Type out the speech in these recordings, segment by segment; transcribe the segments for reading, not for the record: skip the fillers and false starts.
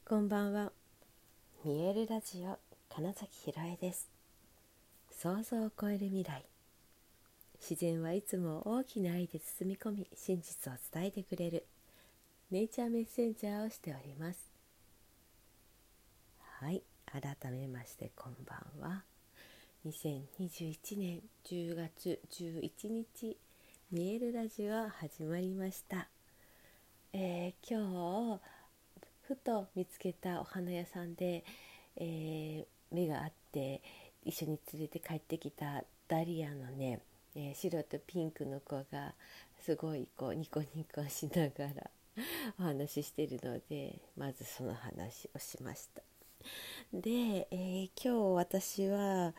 こんばんは。見えるラジオ金崎ひろえです。想像を超える未来。自然はいつも大きな愛で包み込み、真実を伝えてくれるネイチャーメッセンジャーをしております。はい、改めましてこんばんは。2021年10月11日見えるラジオ始まりました。今日ふと見つけたお花屋さんで、目があって一緒に連れて帰ってきたダリアのね、白とピンクの子がすごいニコニコしながらお話ししているので、まずその話をしました。で、今日私は、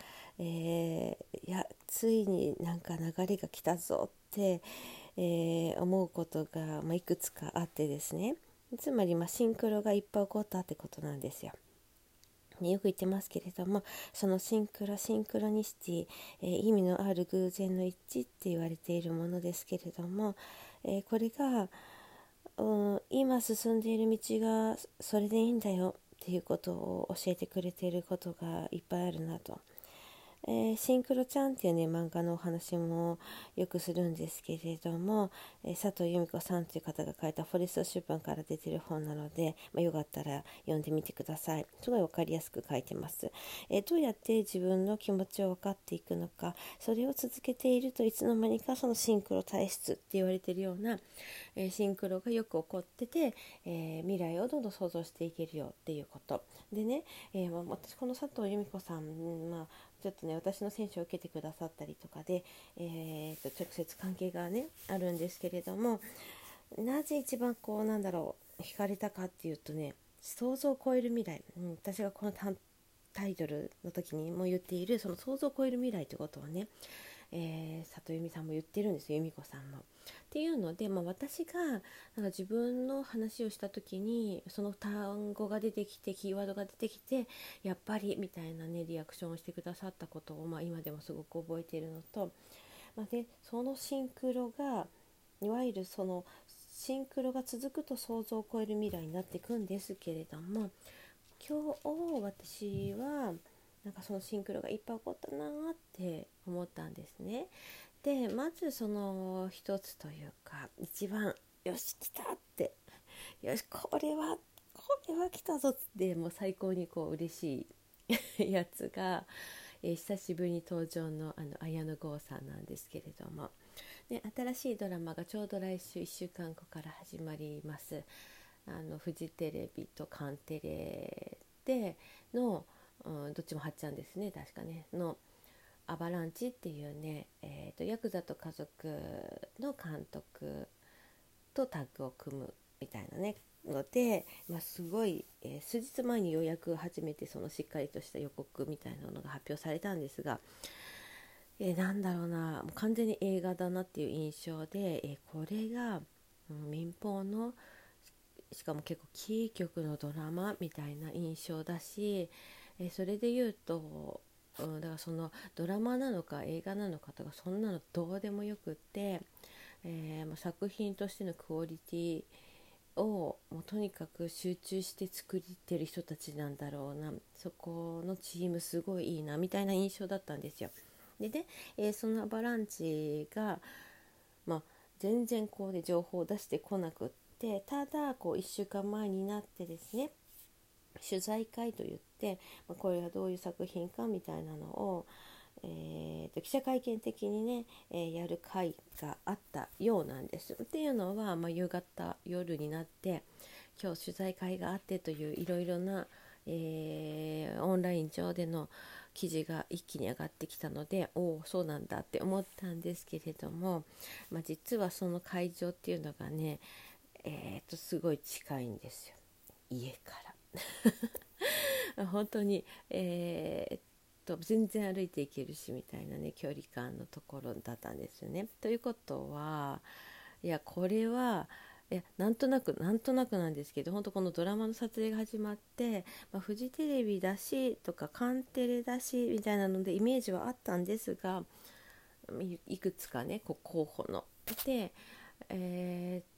ついになんか流れが来たぞって、思うことが、いくつかあってですね。つまり、シンクロがいっぱい起こったってことなんですよ。よく言ってますけれども、そのシンクロニシティ、意味のある偶然の一致って言われているものですけれども、これが、今進んでいる道がそれでいいんだよっていうことを教えてくれていることがいっぱいあるなと。シンクロちゃんっていうね漫画のお話もよくするんですけれども、佐藤由美子さんという方が書いたフォレスト出版から出てる本なので、よかったら読んでみてください。すごい分かりやすく書いてます。どうやって自分の気持ちを分かっていくのか、それを続けているといつの間にかそのシンクロ体質って言われているような、シンクロがよく起こってて、未来をどんどん想像していけるよっていうことでね、私この佐藤由美子さん、ちょっとね私の選手を受けてくださったりとかで、直接関係がねあるんですけれども、なぜ一番惹かれたかっていうとね、想像を超える未来、私がこのタイトルの時にも言っているその想像を超える未来ということはね、佐藤由美さんも言ってるんですよ、由美子さんも。っていうので、私が自分の話をした時にその単語が出てきてキーワードが出てきてやっぱりみたいなねリアクションをしてくださったことを、今でもすごく覚えているのと、でそのシンクロがいわゆるそのシンクロが続くと想像を超える未来になっていくんですけれども、今日私はそのシンクロがいっぱい起こったなって思ったんですね。でまずその一つというか一番よし来たって、よしこれは来たぞってもう最高に嬉しいやつが、久しぶりに登場の綾野剛さんなんですけれども、で新しいドラマがちょうど来週1週間後から始まります。フジテレビとカンテレでの、どっちもはっちゃんですね確かねのアバランチっていうね、ヤクザと家族の監督とタッグを組むみたいなねので、すごい、数日前にようやく初めてそのしっかりとした予告みたいなのが発表されたんですが、なんだろうな、もう完全に映画だなっていう印象で、これが、民放のしかも結構キー局のドラマみたいな印象だし、それで言うと、だからそのドラマなのか映画なのかとかそんなのどうでもよくって、作品としてのクオリティをもうとにかく集中して作ってる人たちなんだろうな、そこのチームすごいいいなみたいな印象だったんですよ。でね、そのアバランチが、全然情報を出してこなくって、ただ1週間前になってですね、取材会といって、これがどういう作品かみたいなのを、記者会見的にね、やる会があったようなんです。っていうのは、夕方夜になって今日取材会があってといういろいろな、オンライン上での記事が一気に上がってきたので、そうなんだって思ったんですけれども、実はその会場っていうのがね、すごい近いんですよ、家から本当に、全然歩いていけるしみたいなね距離感のところだったんですよね。ということは、これはいやなんとなくなんですけど、本当このドラマの撮影が始まって、フジテレビだしとかカンテレだしみたいなのでイメージはあったんですが、いくつかね候補ので、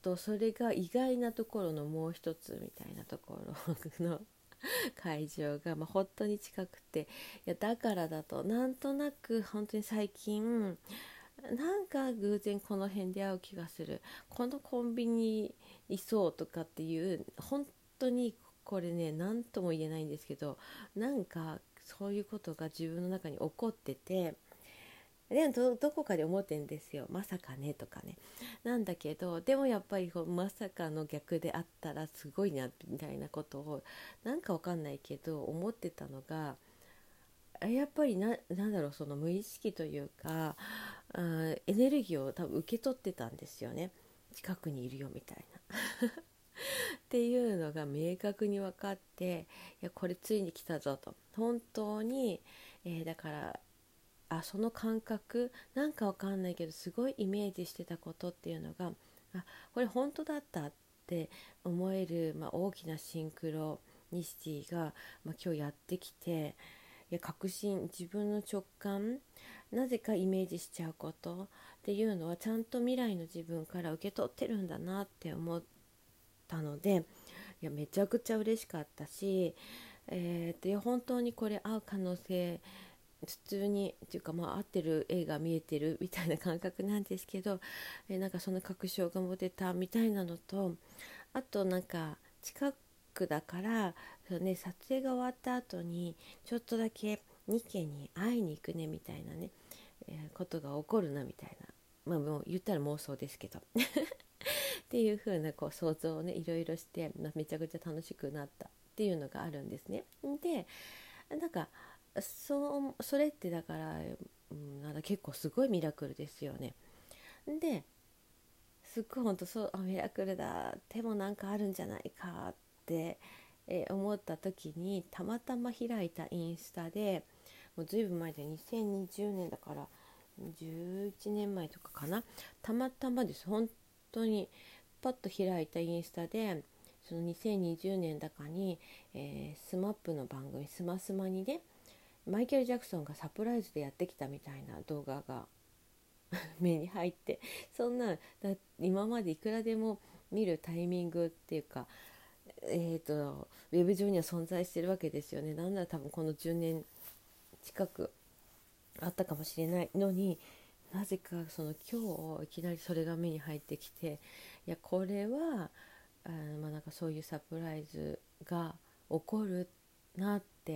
とそれが意外なところのもう一つみたいなところの会場が、本当に近くて、いやだからだとなんとなく本当に最近なんか偶然この辺で会う気がする、このコンビニいそうとかっていう、本当にこれね何とも言えないんですけど、なんかそういうことが自分の中に起こってて、でもどこかで思ってんですよ、まさかねとかね。なんだけどでもやっぱりまさかの逆であったらすごいなみたいなことをなんかわかんないけど思ってたのが、やっぱりなんだろう、その無意識というか、エネルギーを多分受け取ってたんですよね。近くにいるよみたいなっていうのが明確に分かって、いやこれついに来たぞと、本当に、だからその感覚、なんかわかんないけどすごいイメージしてたことっていうのが、これ本当だったって思える、大きなシンクロニシティが、今日やってきて、いや確信、自分の直感、なぜかイメージしちゃうことっていうのはちゃんと未来の自分から受け取ってるんだなって思ったので、いやめちゃくちゃ嬉しかったし、本当にこれ合う可能性、普通にっていうか、合ってる絵が見えてるみたいな感覚なんですけど、なんかその確証が持てたみたいなのと、あとなんか近くだからそう、ね、撮影が終わった後にちょっとだけニケに会いに行くねみたいなね、ことが起こるなみたいな、もう言ったら妄想ですけどっていう風な想像をねいろいろして、めちゃくちゃ楽しくなったっていうのがあるんですね。でなんかそれってだから、なんか結構すごいミラクルですよね。ですっごい本当そうミラクルだ、でもなんかあるんじゃないかって、思った時にたまたま開いたインスタで、もうずいぶん前で2020年だから11年前とかかな、たまたまです本当にパッと開いたインスタで、その2020年だかに、スマップの番組スマスマにね、マイケル・ジャクソンがサプライズでやってきたみたいな動画が目に入って、そんな今までいくらでも見るタイミングっていうか、ウェブ上には存在してるわけですよね。なんなら多分この10年近くあったかもしれないのに、なぜかその今日いきなりそれが目に入ってきて、いやこれはなんかそういうサプライズが起こるなって、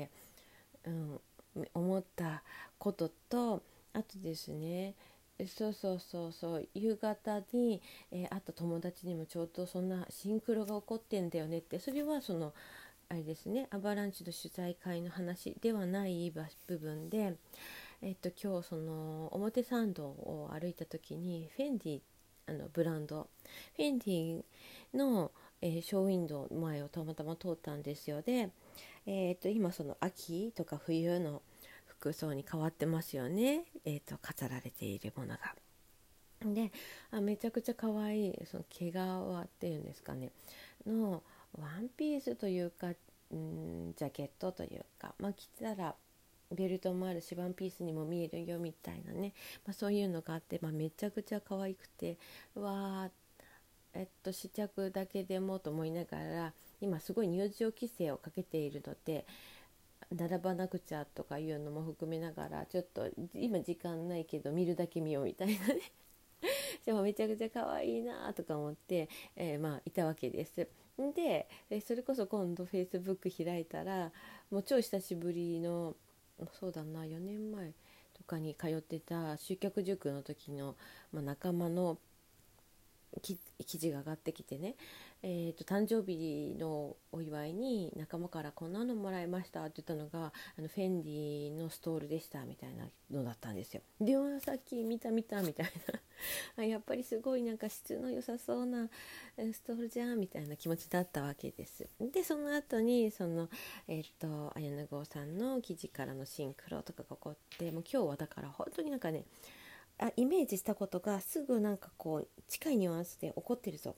思ったことと、あとですね、そう夕方に、会った友達にもちょうどそんなシンクロが起こってんだよねって、それはそのあれですね、アバランチの取材会の話ではない部分で、今日その表参道を歩いた時にフェンディ、ブランドフェンディの、ショーウィンドウ前をたまたま通ったんですよ。で、今その秋とか冬の服装に変わってますよね、飾られているものが。でめちゃくちゃ可愛いその毛皮っていうんですかねのワンピースというか、ジャケットというか、着たらベルトもあるしワンピースにも見えるよみたいなね、そういうのがあって、めちゃくちゃ可愛くて、わー、試着だけでもと思いながら、今すごい入場規制をかけているので並ばなくちゃとかいうのも含めながら、ちょっと今時間ないけど見るだけ見ようみたいなねでもめちゃくちゃ可愛いなとか思って、いたわけです。でそれこそ今度 Facebook 開いたら、もう超久しぶりの、そうだな4年前とかに通ってた集客塾の時の、仲間の記事が上がってきてね、誕生日のお祝いに仲間からこんなのもらいましたって言ったのがフェンディのストールでしたみたいなのだったんですよ。でさっき見たみたいなやっぱりすごいなんか質の良さそうなストールじゃんみたいな気持ちだったわけです。でその後にその綾野剛さんの記事からのシンクロとかが起こって、もう今日はだから本当になんかね、イメージしたことがすぐなんか近いニュアンスで起こってるぞって、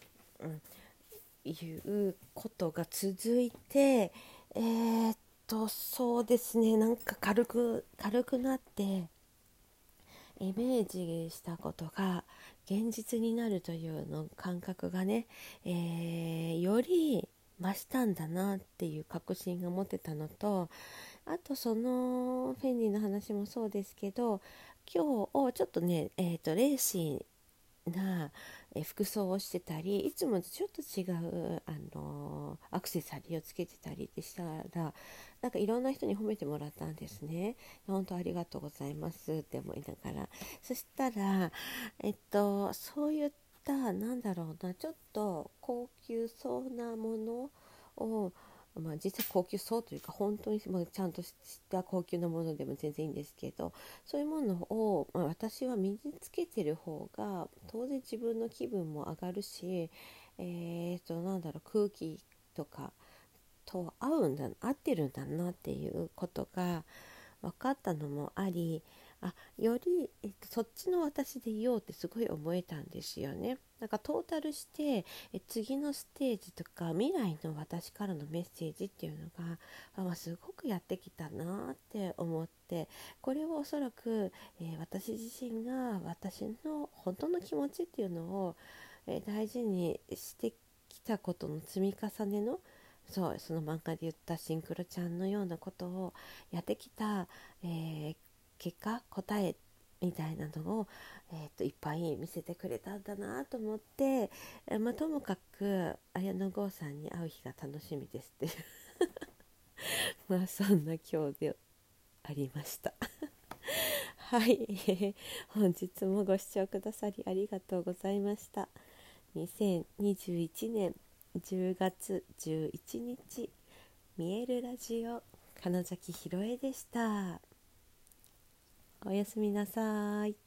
いうことが続いて、そうですね、なんか軽くなってイメージしたことが現実になるというの感覚がね、より増したんだなっていう確信が持てたのと、あとそのフェンディの話もそうですけど、今日ちょっとね、レーシーな服装をしてたり、いつもとちょっと違う、アクセサリーをつけてたりでしたら、なんかいろんな人に褒めてもらったんですね。本当ありがとうございますって思いながら、そしたら、そういったなんだろうな、ちょっと高級そうなものを、実際高級そうというか本当に、ちゃんとした高級なものでも全然いいんですけど、そういうものを、私は身につけてる方が当然自分の気分も上がるし、なんだろう、空気とかと合ってるんだなっていうことが分かったのもあり、より、そっちの私でいようってすごい思えたんですよね。なんかトータルして、次のステージとか未来の私からのメッセージっていうのが、すごくやってきたなって思って、これはおそらく、私自身が私の本当の気持ちっていうのを、大事にしてきたことの積み重ねの、その漫画で言ったシンクロちゃんのようなことをやってきた、結果答えみたいなのを、いっぱい見せてくれたんだなと思って、ともかく綾野剛さんに会う日が楽しみですっていうそんな今日でありましたはい、本日もご視聴くださりありがとうございました。2021年10月11日、見えるラジオ、金崎ひろえでした。おやすみなさい。